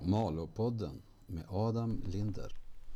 Malåpodden med Adam Linder.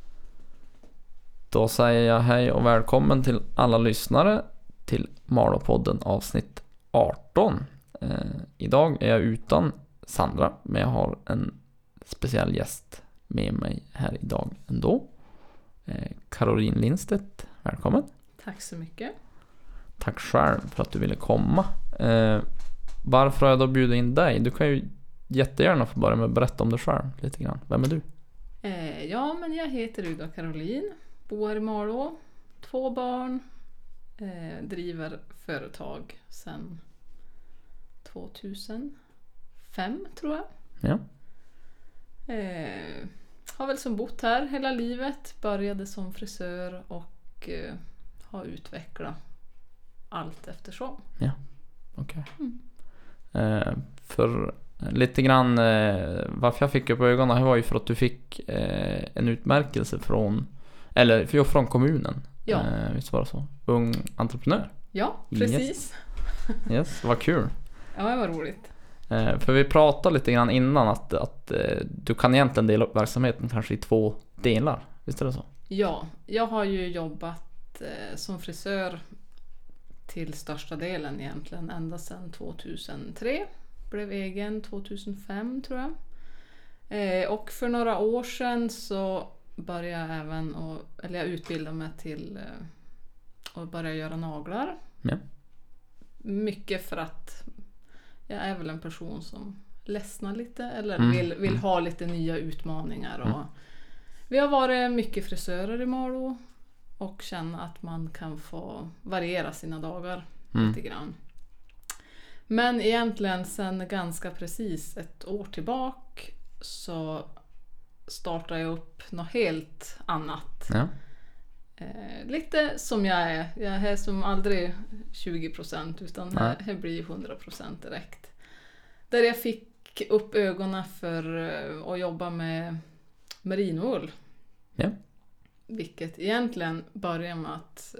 Då säger jag hej och välkommen till alla lyssnare till Malåpodden avsnitt 18. Idag är jag utan Sandra, men jag har en speciell gäst med mig här idag ändå. Caroline Lindstedt, välkommen. Tack så mycket. Tack själv för att du ville komma. Varför har jag då bjudit in dig? Du kan ju jättegärna få börja med att berätta om dig själv lite grann. Vem är du? Ja, men jag heter Uda Caroline, bor i Malå, 2 barn, driver företag sedan 2005 tror jag. Ja. Har väl som bott här hela livet, började som frisör och har utvecklat allt eftersom. Ja, okej. För lite grann varför jag fick upp ögonen här var ju för att du fick en utmärkelse från kommunen. Ja. Visst var det så? Ung entreprenör. Ja, precis. Yes, vad kul. Ja, det var roligt. För vi pratade lite grann innan att du kan egentligen dela upp verksamheten kanske i 2 delar. Visst är det så? Ja, jag har ju jobbat som frisör till största delen egentligen ända sedan 2003. Blev egen 2005 tror jag. Och för några år sedan så började jag även jag utbildade mig till att börja göra naglar. Ja. Mycket för att jag är väl en person som ledsnar lite eller vill ha lite nya utmaningar. Och vi har varit mycket frisörer i Malå och känna att man kan få variera sina dagar lite grann. Men egentligen sen ganska precis 1 år tillbaka så startade jag upp något helt annat. Ja. Lite som jag är. Jag är som aldrig 20% utan här blir 100% direkt. Där jag fick upp ögonen för att jobba med merinoull. Ja. Vilket egentligen börjar med att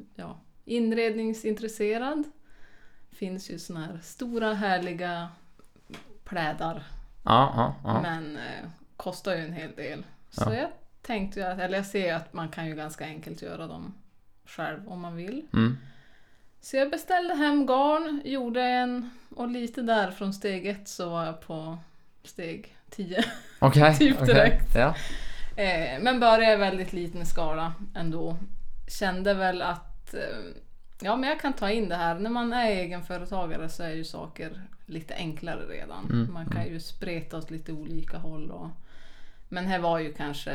inredningsintresserad. Finns ju såna här stora härliga plädar. Ja. Men kostar ju en hel del. Så jag tänkte jag ser att man kan ju ganska enkelt göra dem själv om man vill. Så jag beställde hem garn, gjorde en och lite där från steg 1 så var jag på steg 10. Okej. Typ direkt. Ja. Men började i väldigt liten skala ändå. Kände väl att men jag kan ta in det här. När man är egenföretagare så är ju saker lite enklare redan. Man kan ju spreta åt lite olika håll. Men här var ju kanske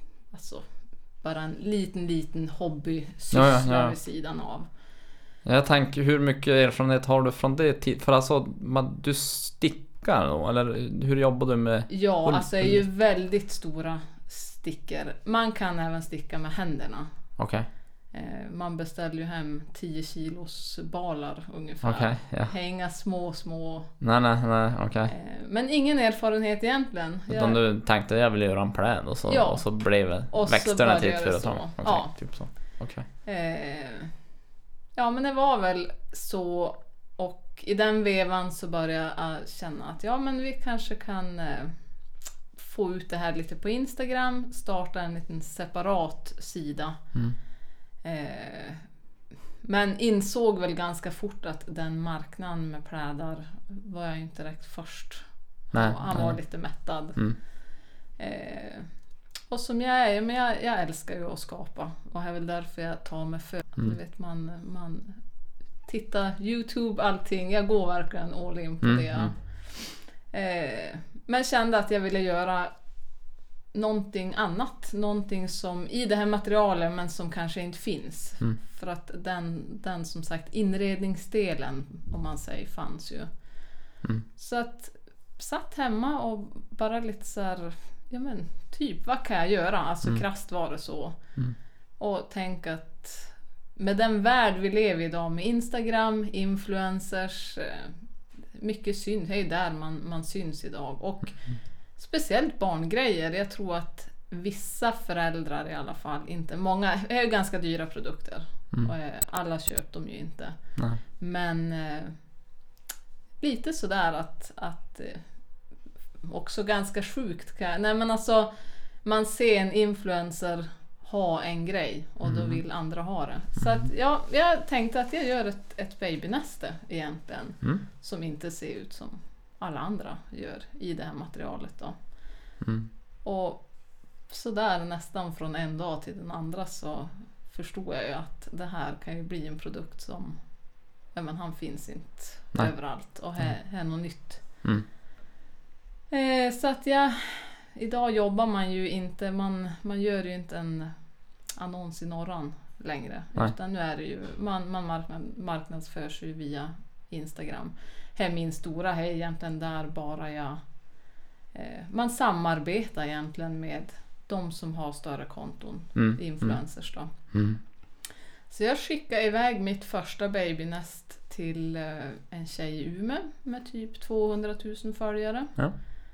bara en liten hobby syssla vid sidan av. Jag tänker, hur mycket erfarenhet har du från det? För du stickar då? Eller hur jobbar du med? Ja, det är ju väldigt stora stickor. Man kan även sticka med händerna. Okej. Man beställer ju hem 10 kilos balar ungefär. Okay, yeah. Hänga små. Nej, okej. Men ingen erfarenhet egentligen. Utan du tänkte jag vill göra en pläd och så blev växterna till ett företag. Okay, ja. Typ så. Okay. Men det var väl så. Och i den vevan så började jag känna att men vi kanske kan få ut det här lite på Instagram. Starta en liten separat sida. Men insåg väl ganska fort att den marknaden med plädar var jag inte direkt först. Han var lite mättad. Och som jag är, men jag älskar ju att skapa. Och det är väl därför jag tar mig för. Du vet, man tittar YouTube, allting. Jag går verkligen all in på det. Men kände att jag ville göra någonting annat, någonting som i det här materialet men som kanske inte finns. För att den som sagt inredningsdelen om man säger fanns ju. Så att satt hemma och bara lite så här, typ vad kan jag göra? Alltså krasst var det så. Och tänk att med den värld vi lever i idag med Instagram, influencers, mycket syns, det är ju där man syns idag och speciellt barngrejer. Jag tror att vissa föräldrar i alla fall inte, många är ju ganska dyra produkter och alla köper dem ju inte. Men lite sådär att också ganska sjukt. Nej men alltså, man ser en influencer ha en grej och då vill andra ha det. Så att jag tänkte att jag gör ett babynäste egentligen. Som inte ser ut som alla andra gör i det här materialet då. Och så där nästan från en dag till den andra så förstod jag ju att det här kan ju bli en produkt som men han finns inte överallt och här är något nytt. Så att idag jobbar man ju inte, man gör ju inte en annons i Norran längre. Utan nu är det ju, man marknadsför sig via Instagram. Här min stora, här är egentligen där bara man samarbetar egentligen med de som har större konton, influencers då. Så jag skickade iväg mitt första babynest till en tjej i Umeå med typ 200 000 följare. Ja.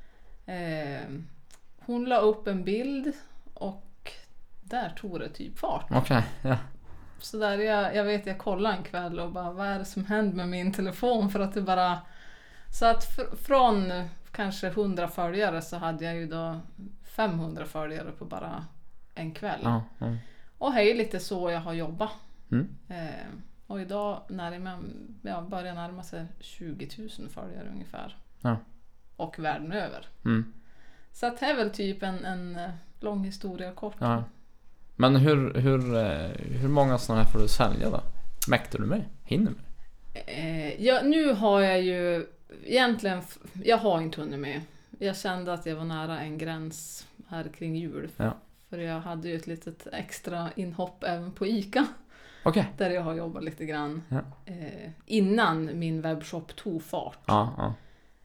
Hon la upp en bild och där tog det typ fart. Okej, ja. Så där jag kollade en kväll och bara, vad är det som händer med min telefon? För att det bara... Så att från kanske 100 följare så hade jag ju då 500 följare på bara en kväll. Ja. Och det är lite så jag har jobbat. Och idag börjar närma sig 20 000 följare ungefär. Ja. Och världen över. Så att det är väl typ en lång historia kort. Ja. Men hur många sådana här får du sälja då? Mäktar du med? Hinner du med? Nu har jag ju egentligen, jag har inte hunnit med. Jag kände att jag var nära en gräns här kring jul. Ja. För jag hade ju ett litet extra inhopp även på ICA. Okay. Där jag har jobbat lite grann. Ja. Innan min webbshop tog fart. Ja.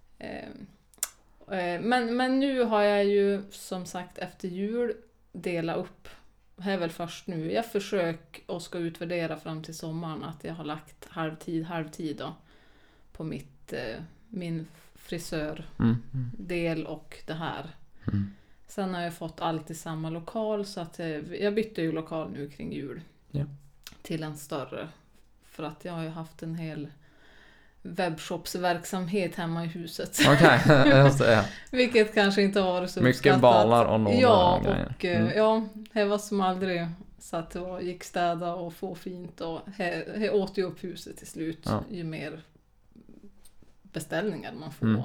Men nu har jag ju som sagt efter jul delat upp. Det är väl först nu. Jag försöker och ska utvärdera fram till sommaren att jag har lagt halvtid då, på min frisördel och det här. Sen har jag fått allt i samma lokal så att jag bytte ju lokal nu kring jul. Ja. Till en större. För att jag har ju haft en hel webbshopsverksamhet hemma i huset. Okej, just det. Ja. Vilket kanske inte har varit så mycket uppskattat. balar och några ja, grejer. Ja, det var som aldrig så att det gick städa och få fint och det åt ju upp huset till slut ju mer beställningar man får.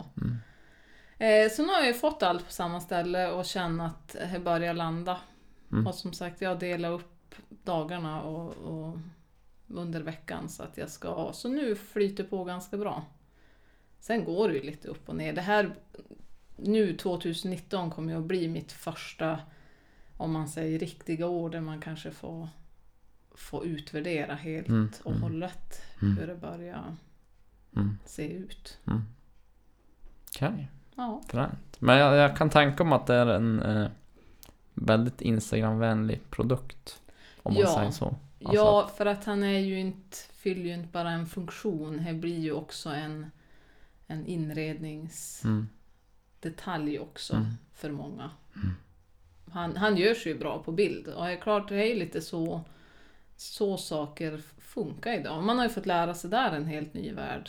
Så nu har jag fått allt på samma ställe och känner att det börjar landa. Och som sagt, jag delar upp dagarna och under veckan så att jag ska... Så nu flyter på ganska bra. Sen går det ju lite upp och ner. Det här nu 2019 kommer att bli mitt första, om man säger riktiga år där man kanske får utvärdera helt och hållet hur det börjar se ut. Okej. Ja. Fränt. Men jag kan tänka mig att det är en väldigt Instagram-vänlig produkt. Om man säger så. Alltså. Ja, för att han är ju fyller ju inte bara en funktion. Det blir ju också en inredningsdetalj också för många. Han gör sig ju bra på bild. Och det är klart, det är lite så saker funkar idag. Man har ju fått lära sig där en helt ny värld.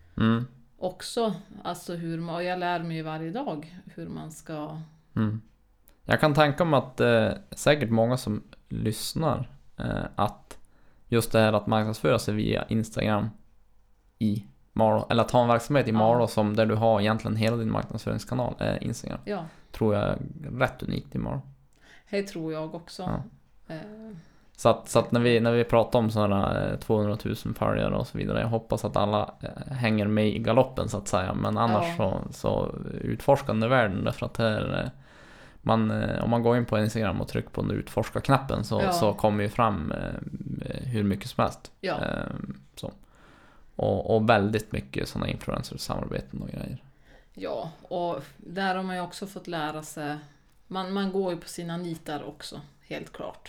Också, alltså jag lär mig ju varje dag hur man ska... Jag kan tänka mig att säkert många som lyssnar att just det här att marknadsföra sig via Instagram i Malå, eller att ha en verksamhet i Malå som där du har egentligen hela din marknadsföringskanal Instagram. Ja. Tror jag är rätt unikt i Malå. Det tror jag också. Ja. Så att när vi pratar om sådana 200 000 följare och så vidare, jag hoppas att alla hänger med i galoppen så att säga, men annars så utforskande världen, därför att här, om man går in på Instagram och trycker på den utforska-knappen så kommer ju fram hur mycket som helst. Ja. Så. Och väldigt mycket sådana influencer-samarbeten och grejer. Ja, och där har man ju också fått lära sig, man går ju på sina nitar också, helt klart.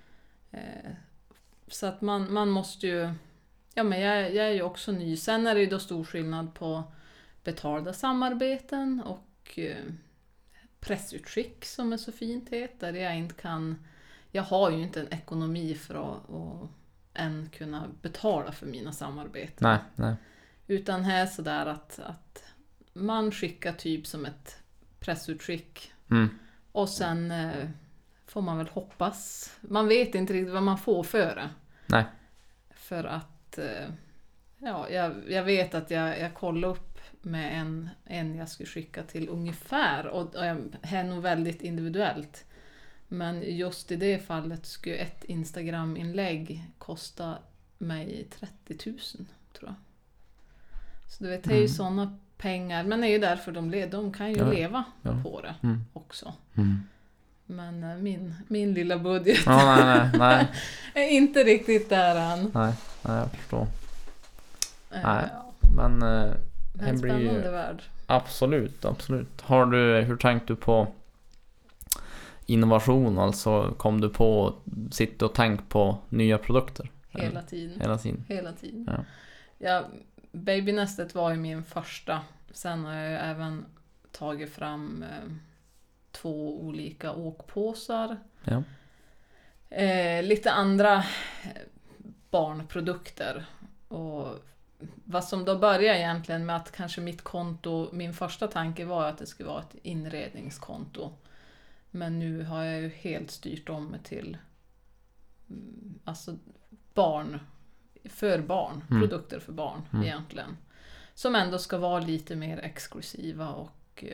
Så att man måste ju, men jag är ju också ny. Sen är det ju då stor skillnad på betalda samarbeten och pressutskick som är så fint där jag inte kan, jag har ju inte en ekonomi för att än kunna betala för mina samarbeten. Nej. Utan här sådär att man skickar typ som ett pressutskick. Mm. Och sen får man väl hoppas. Man vet inte riktigt vad man får för det. Nej. För att jag vet att jag kollade upp med en jag skulle skicka till ungefär. Och jag är nog väldigt individuellt. Men just i det fallet skulle ett Instagram-inlägg kosta mig 30 000 tror jag. Så du vet, det är ju sådana pengar. Men det är ju därför de kan ju leva på det också. Mm. Men min lilla budget Nej. är inte riktigt där än. Nej, jag förstår. Nej. Ja, Men det är det en blir spännande ju... värld. Absolut. Hur tänkte du på innovation? Alltså kom du på att sitta och tänka på nya produkter? Hela tiden. Hela tiden. Ja, Babynästet var ju min första. Sen har jag även tagit fram 2 olika åkpåsar. Ja. Lite andra barnprodukter. Och vad som då började egentligen med att kanske mitt konto, min första tanke var att det skulle vara ett inredningskonto. Men nu har jag ju helt styrt om mig till alltså produkter för barn egentligen. Som ändå ska vara lite mer exklusiva och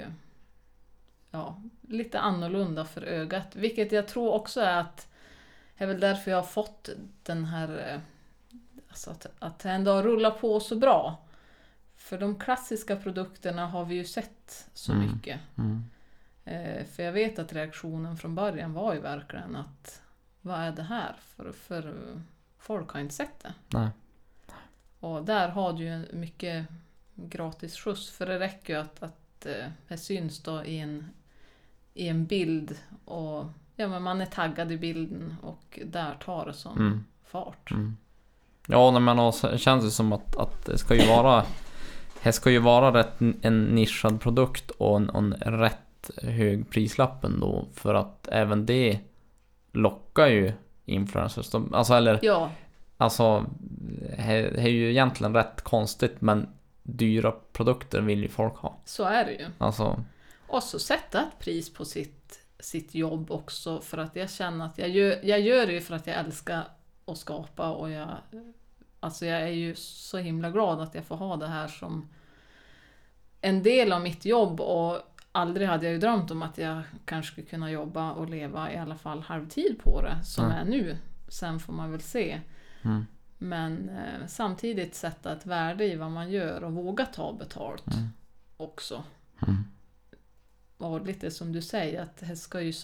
lite annorlunda för ögat. Vilket jag tror också är väl därför jag har fått den här alltså att det ändå rullar på så bra. För de klassiska produkterna har vi ju sett så mycket. För jag vet att reaktionen från början var ju verkligen att vad är det här? För folk har inte sett det. Nej. Och där har du ju mycket gratis skjuts. För det räcker ju att det syns då i en bild. Och men man är taggad i bilden och där tar det som fart. Ja, men känns det som att det ska ju vara en nischad produkt och en rätt hög prislapp ändå, för att även det lockar ju influencers. Alltså det är ju egentligen rätt konstigt, men dyra produkter vill ju folk ha. Så är det ju. Alltså. Och så sätta ett pris på sitt jobb också, för att jag känner att jag gör det ju för att jag älskar att skapa, och jag är ju så himla glad att jag får ha det här som en del av mitt jobb, och aldrig hade jag ju drömt om att jag kanske skulle kunna jobba och leva i alla fall halvtid på det som är nu. Sen får man väl se. Men samtidigt sätta ett värde i vad man gör och våga ta betalt också. Och lite som du säger, att det ska ju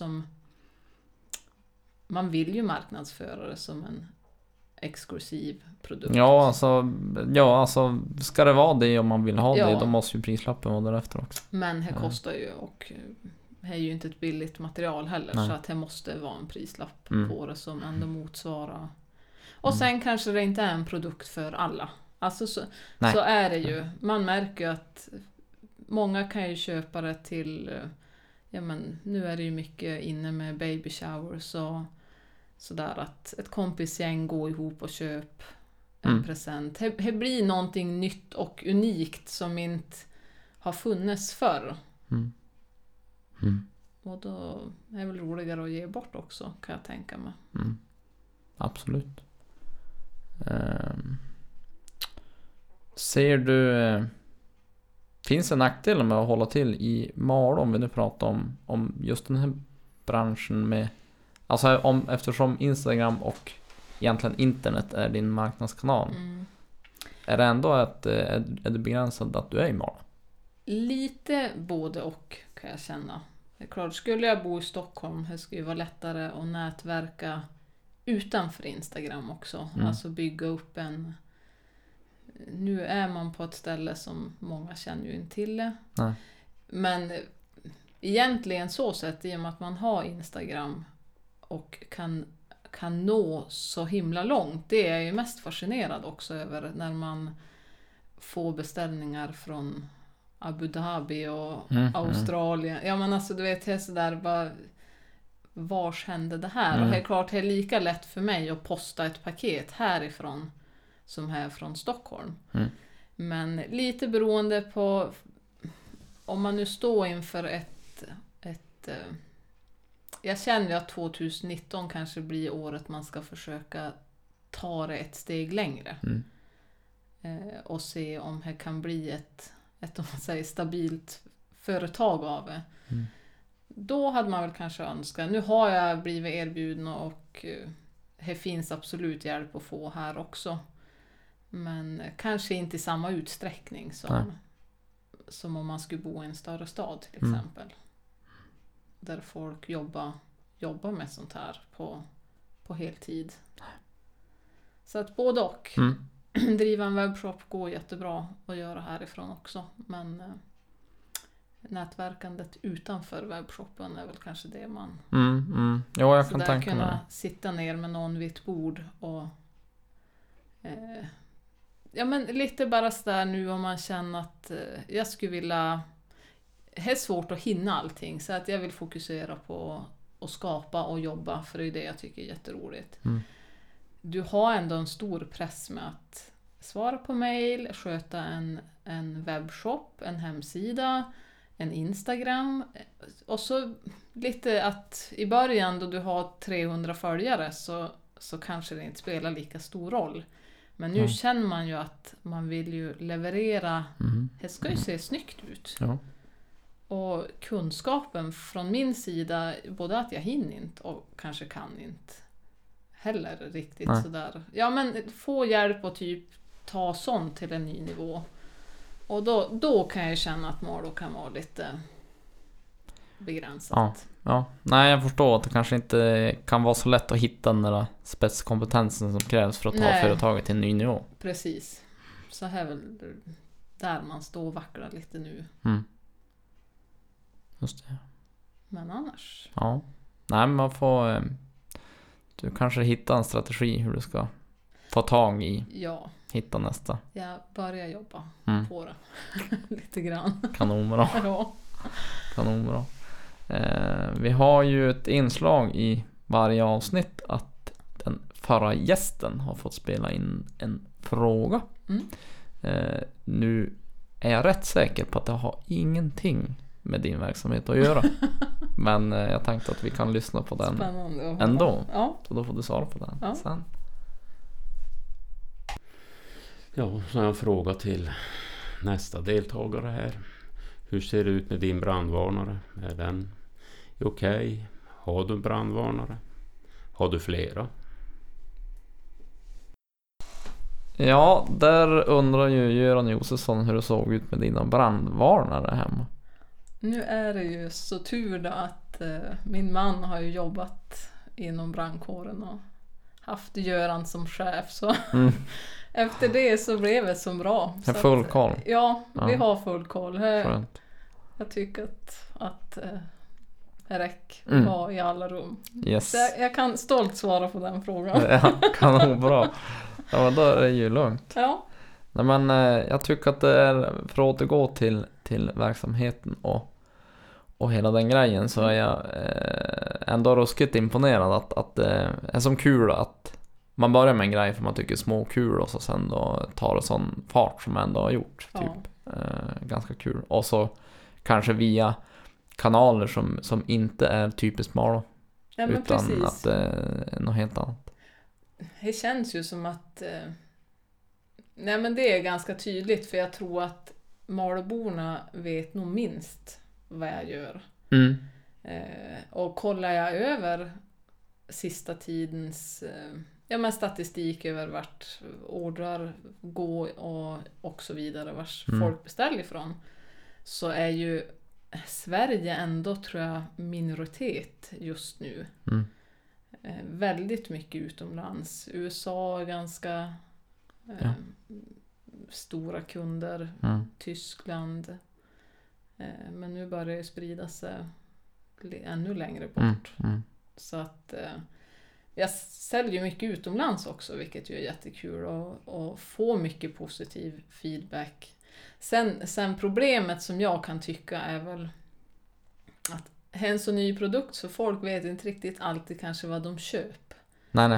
man vill ju marknadsföra det som en exklusiv produkt. Ja, alltså ska det vara det om man vill ha det, då måste ju prislappen vara därefter också. Men det kostar ju, och det är ju inte ett billigt material heller. Nej. Så att det måste vara en prislapp på det som ändå motsvarar. Och sen kanske det inte är en produkt för alla. Alltså så är det ju. Man märker ju att många kan ju köpa det till, nu är det ju mycket inne med baby showers och sådär, att ett kompisgäng går ihop och köper en present. Det blir någonting nytt och unikt som inte har funnits förr. Och då är det väl roligare att ge bort också, kan jag tänka mig. Absolut. Ser du, finns det nackdelar med att hålla till i Malå, om vi nu pratar om just den här branschen med, alltså eftersom Instagram och egentligen internet är din marknadskanal, är det ändå är det begränsat att du är i Malå? Lite både och, kan jag känna. Det är klart, skulle jag bo i Stockholm, det skulle ju vara lättare att nätverka utanför Instagram också. Alltså bygga upp nu är man på ett ställe som många känner ju inte till det. Nej. Men egentligen så sett, i och med att man har Instagram och kan nå så himla långt. Det är jag ju mest fascinerad också över, när man får beställningar från Abu Dhabi och Australien. Ja, men alltså du vet, det är sådär bara, vars hände det här? Och det är klart, det är lika lätt för mig att posta ett paket härifrån som här från Stockholm. Men lite beroende på om man nu står inför ett att jag känner ju att 2019 kanske blir året man ska försöka ta det ett steg längre. Och se om det kan bli ett om man säger, stabilt företag av det. Då hade man väl kanske önskat. Nu har jag blivit erbjuden och det finns absolut hjälp att få här också. Men kanske inte i samma utsträckning som om man skulle bo i en större stad till exempel. Där folk jobbar med sånt här på heltid. Så att både och. Driva en webbshop går jättebra att göra härifrån också. Men nätverkandet utanför webbshoppen är väl kanske det man... Ja, jag så kan där tänka kunna mig. sitta ner med någon vid ett bord och... ja, men lite bara sådär nu om man känner att jag skulle vilja... Det är svårt att hinna allting, så att jag vill fokusera på att skapa och jobba, för det är det jag tycker är jätteroligt. Du har ändå en stor press med att svara på mejl, sköta en webbshop, en hemsida, en Instagram. Och så lite att i början då du har 300 följare så kanske det inte spelar lika stor roll. Men nu känner man ju att man vill ju leverera, det ska ju se snyggt ut. Ja. Och kunskapen från min sida, både att jag hinner inte och kanske kan inte heller riktigt sådär. Ja, men få hjälp och typ ta sånt till en ny nivå. Och då kan jag känna att Malå kan vara lite begränsat. Ja. Nej, jag förstår att det kanske inte kan vara så lätt att hitta den där spetskompetensen som krävs för att ta företaget till en ny nivå. Precis. Så här är väl där man står och vacklar lite nu. Just det. Men annars... Ja. Nej, men man får... Du kanske hittar en strategi hur du ska ta tag i. Ja. Hitta nästa. Jag börjar jobba på det. Lite grann. Kanonbra. Ja. Kanonbra. Vi har ju ett inslag i varje avsnitt att den förra gästen har fått spela in en fråga. Nu är jag rätt säker på att det har ingenting med din verksamhet att göra. Men jag tänkte att vi kan lyssna på den ändå. Ja. Så då får du svara på den sen. Ja, så har jag en fråga till nästa deltagare här. Hur ser det ut med din brandvarnare? Är den okej? Har du en brandvarnare? Har du flera? Ja, där undrar ju Göran Josefsson hur det såg ut med dina brandvarnare hemma. Nu är det ju så tur då att min man har ju jobbat inom brandkåren och haft Göran som chef, så efter det så blev det så bra. Jag har full koll. Ja, vi har full koll. Skönt. Jag tycker att räck var i alla rum. Yes. Så jag kan stolt svara på den frågan. Ja, kanonbra. Ja, men då är det ju lugnt. Ja. Nej, men jag tycker att det är, för att återgå till verksamheten och hela den grejen, så är jag ändå ruskigt imponerad att det är som kul att man börjar med en grej för man tycker små kul och så sen då tar det sån fart som man ändå har gjort. Typ. Ganska kul. Och så kanske via kanaler som inte är typiskt Malå. Ja, men utan precis. att det är något helt annat. Det känns ju som att nej, men det är ganska tydligt, för jag tror att Malåborna vet nog minst vad jag gör. Och kollar jag över sista tidens statistik över vart ordrar går och så vidare, vars folk beställer ifrån, så är ju Sverige ändå, tror jag, minoritet just nu. Väldigt mycket utomlands. USA är ganska stora kunder. Tyskland. Men nu börjar det sprida sig ännu längre bort. Så att jag säljer mycket utomlands också, vilket ju är jättekul, och få mycket positiv feedback. Sen problemet som jag kan tycka är väl att det är en så ny produkt, så folk vet inte riktigt alltid kanske vad de köper. Nej.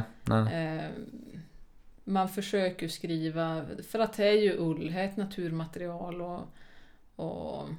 Man försöker skriva, för att det är ju ull, det är ett naturmaterial, och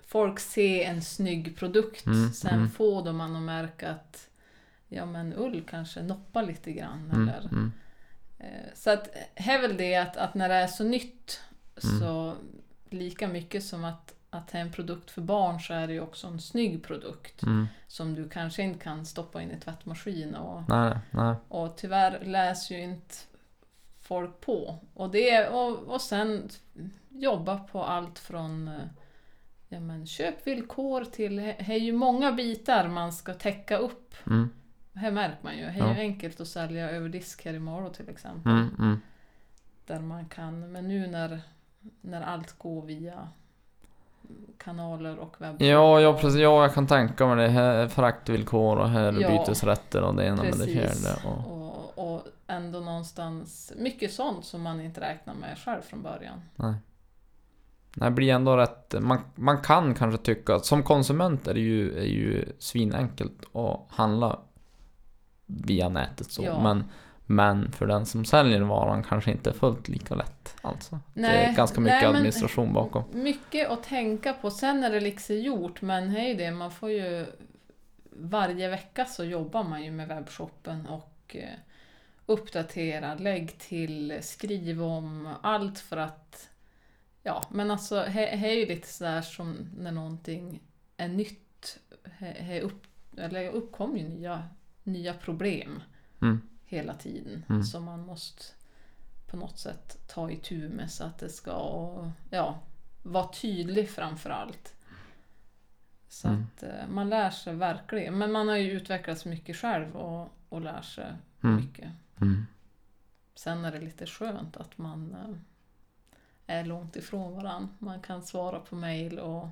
folk ser en snygg produkt. Sen får man att märka att ja, men ull kanske noppar lite grann. Eller, så att det är väl det att när det är så nytt så lika mycket som att det är en produkt för barn, så är det ju också en snygg produkt som du kanske inte kan stoppa in i tvättmaskin. Nej. Och tyvärr läser ju inte folk på. Och sen jobba på allt från köpvillkor till... Det är ju många bitar man ska täcka upp. Här märker man ju. Det är ju enkelt att sälja över disk här i Malå till exempel. Där man kan... Men nu när allt går via kanaler och webb. Ja, precis. Ja, jag kan tänka mig det. Här fraktvillkor och här bytesrätter och det ena med det fjärde. Och ändå någonstans mycket sånt som man inte räknar med själv från början. Nej, det blir ändå rätt. Man kan kanske tycka att som konsument är det ju svinenkelt att handla via nätet så. Ja. Men för den som säljer varan kanske inte är fullt lika lätt. Alltså. Det är ganska mycket administration bakom. Mycket att tänka på. Sen är det liksom gjort. Men hej det, man får ju... Varje vecka så jobbar man ju med webbshoppen och uppdatera, lägg till, skriv om allt för att... Ja, men alltså det är ju lite sådär som när någonting är nytt. Eller uppkommer ju nya problem hela tiden. Som man måste på något sätt ta itu med så att det ska vara tydlig framför allt. Så att man lär sig verkligen. Men man har ju utvecklats mycket själv och lär sig mycket. Sen är det lite skönt att man är långt ifrån varandra. Man kan svara på mejl och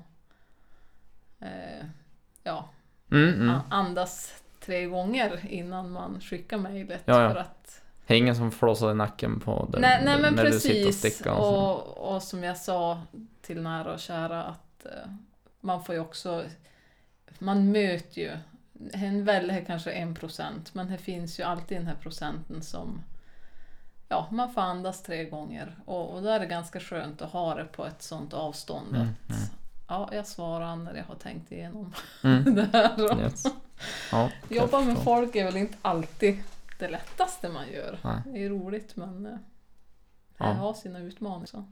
andas 3 gånger innan man skickar mejlet. Ja. För att... Det är ingen som flåsar i nacken på den Nej, men när precis. Du sitter och stickar. Och som jag sa till nära och kära att man får ju också... Man möter ju en väldigt kanske 1%, men det finns ju alltid den här procenten som man får andas 3 gånger. Och då är det ganska skönt att ha det på ett sånt avstånd att jag svarar när jag har tänkt igenom det här. Yes. Ja, jobba med folk är väl inte alltid det lättaste man gör. Nej. Det är roligt, men det har sina utmaningar. Så.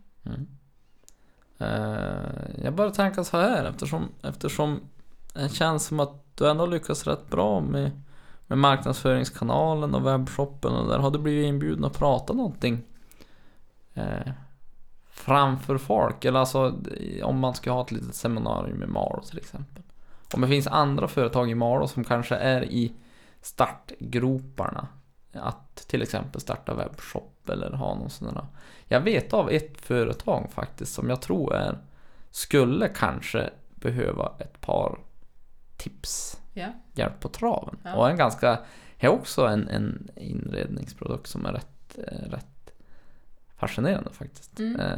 Jag bara tänker så här eftersom det känns som att du ändå lyckas rätt bra med marknadsföringskanalen och webbshoppen och där har du blivit inbjuden att prata någonting framför folk, eller alltså om man ska ha ett litet seminarium i Malå till exempel. Om det finns andra företag i Malå som kanske är i startgroparna att till exempel starta webbshop eller ha någon sån där. Jag vet av ett företag faktiskt som jag tror skulle kanske behöva ett par tips, hjälp på traven. Och är också en inredningsprodukt som är rätt fascinerande faktiskt.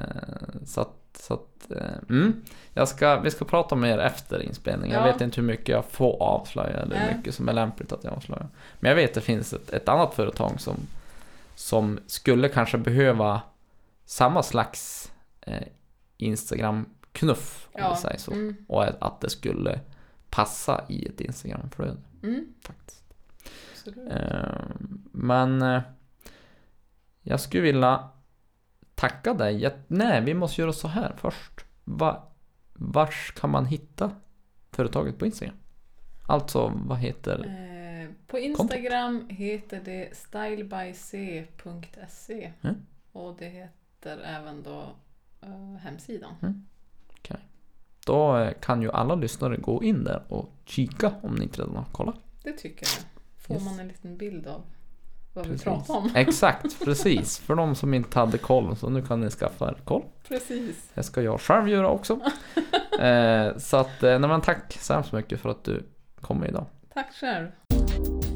Vi ska prata mer efter inspelningen. Jag vet inte hur mycket jag får avslöja eller hur mycket som är lämpligt att jag avslöjar. Men jag vet att det finns ett annat företag som skulle kanske behöva samma slags Instagram-knuff om vi säger så. Och att det skulle passa i ett Instagram-flöde faktiskt. Men jag skulle vilja tacka dig. Nej, vi måste göra så här först. Vars kan man hitta företaget på Instagram? Alltså, vad heter på Instagram heter det stylebyc.se och det heter även då hemsidan. Okej. Då kan ju alla lyssnare gå in där och kika om ni inte redan har kollat. Det tycker jag. Får man en liten bild av vad vi pratar om. Exakt, precis. För de som inte hade koll, så nu kan ni skaffa er koll. Precis. Det ska jag själv göra också. Så att, tack så hemskt mycket för att du kom idag. Tack själv.